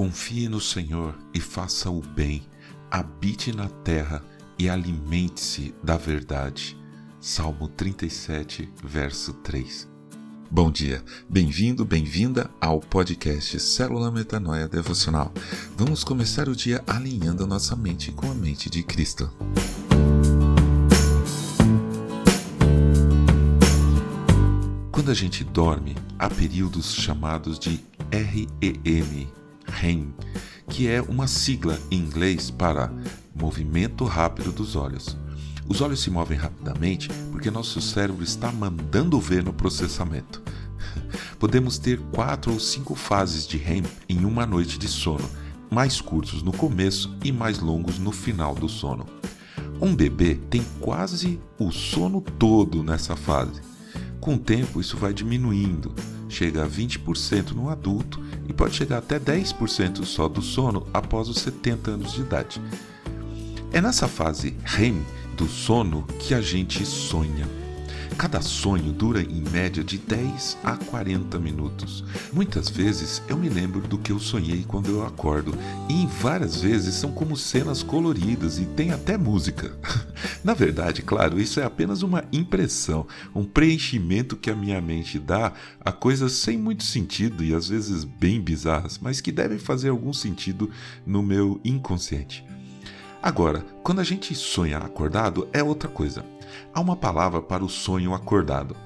Confie no Senhor e faça o bem, habite na terra e alimente-se da verdade. Salmo 37, verso 3. Bom dia, bem-vindo, bem-vinda ao podcast Célula Metanoia Devocional. Vamos começar o dia alinhando a nossa mente com a mente de Cristo. Quando a gente dorme, há períodos chamados de REM, que é uma sigla em inglês para movimento rápido dos olhos. Os olhos se movem rapidamente porque nosso cérebro está mandando ver no processamento. Podemos ter 4 ou 5 fases de REM em uma noite de sono, mais curtos no começo e mais longos no final do sono. Um bebê tem quase o sono todo nessa fase. Com o tempo, isso vai diminuindo, chega a 20% no adulto e pode chegar até 10% só do sono após os 70 anos de idade. É nessa fase REM do sono que a gente sonha. Cada sonho dura em média de 10 a 40 minutos. Muitas vezes eu me lembro do que eu sonhei quando eu acordo e em várias vezes são como cenas coloridas e tem até música. Na verdade, claro, isso é apenas uma impressão, um preenchimento que a minha mente dá a coisas sem muito sentido e às vezes bem bizarras, mas que devem fazer algum sentido no meu inconsciente. Agora, quando a gente sonha acordado, é outra coisa. Há uma palavra para o sonho acordado: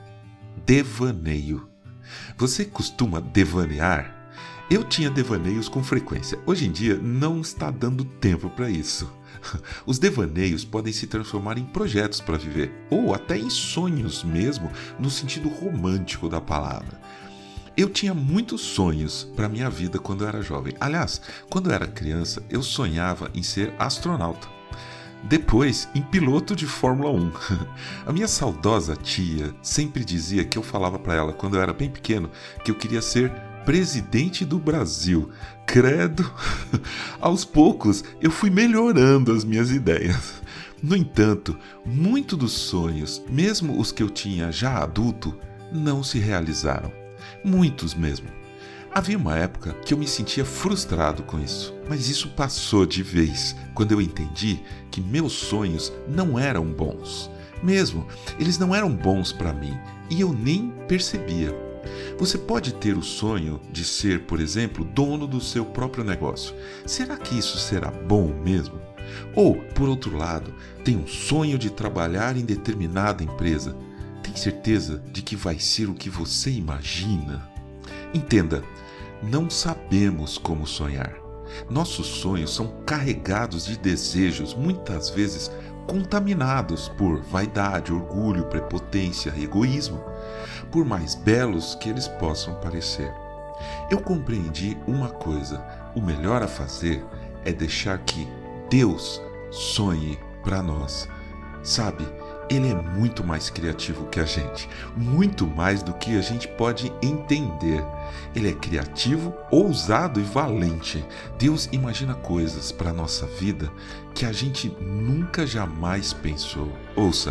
devaneio. Você costuma devanear? Eu tinha devaneios com frequência. Hoje em dia não está dando tempo para isso. Os devaneios podem se transformar em projetos para viver, ou até em sonhos mesmo, no sentido romântico da palavra. Eu tinha muitos sonhos para minha vida quando eu era jovem. Aliás, quando eu era criança, eu sonhava em ser astronauta. Depois, em piloto de Fórmula 1. A minha saudosa tia sempre dizia que eu falava para ela, quando eu era bem pequeno, que eu queria ser presidente do Brasil. Credo! Aos poucos, eu fui melhorando as minhas ideias. No entanto, muitos dos sonhos, mesmo os que eu tinha já adulto, não se realizaram. Muitos mesmo. Havia uma época que eu me sentia frustrado com isso, mas isso passou de vez quando eu entendi que meus sonhos não eram bons. Mesmo, eles não eram bons para mim e eu nem percebia. Você pode ter o sonho de ser, por exemplo, dono do seu próprio negócio. Será que isso será bom mesmo? Ou, por outro lado, tem um sonho de trabalhar em determinada empresa. Tem certeza de que vai ser o que você imagina? Entenda, não sabemos como sonhar. Nossos sonhos são carregados de desejos, muitas vezes contaminados por vaidade, orgulho, prepotência, egoísmo, por mais belos que eles possam parecer. Eu compreendi uma coisa: o melhor a fazer é deixar que Deus sonhe para nós. Sabe, Ele é muito mais criativo que a gente, muito mais do que a gente pode entender. Ele é criativo, ousado e valente. Deus imagina coisas para a nossa vida que a gente nunca jamais pensou. Ouça: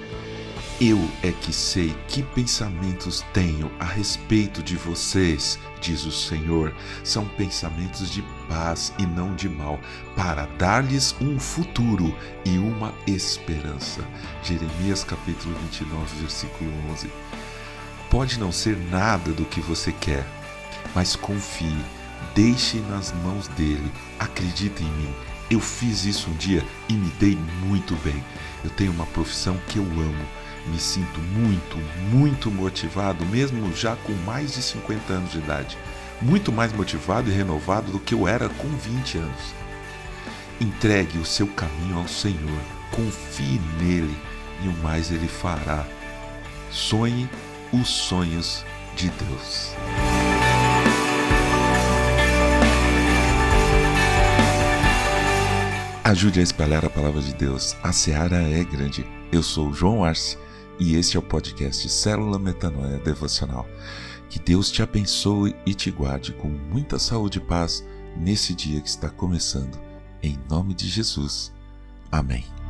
eu é que sei que pensamentos tenho a respeito de vocês, diz o Senhor. São pensamentos de paz e não de mal, para dar-lhes um futuro e uma esperança. Jeremias capítulo 29, versículo 11. Pode não ser nada do que você quer, mas confie, deixe nas mãos dele, acredite em mim. Eu fiz isso um dia e me dei muito bem. Eu tenho uma profissão que eu amo. Me sinto muito motivado, mesmo já com mais de 50 anos de idade. Muito mais motivado e renovado do que eu era com 20 anos. Entregue o seu caminho ao Senhor, confie nele e o mais ele fará. Sonhe os sonhos de Deus. Ajude a espalhar a palavra de Deus. A seara é grande. Eu sou João Arce e este é o podcast Célula Metanoia Devocional. Que Deus te abençoe e te guarde com muita saúde e paz nesse dia que está começando. Em nome de Jesus. Amém.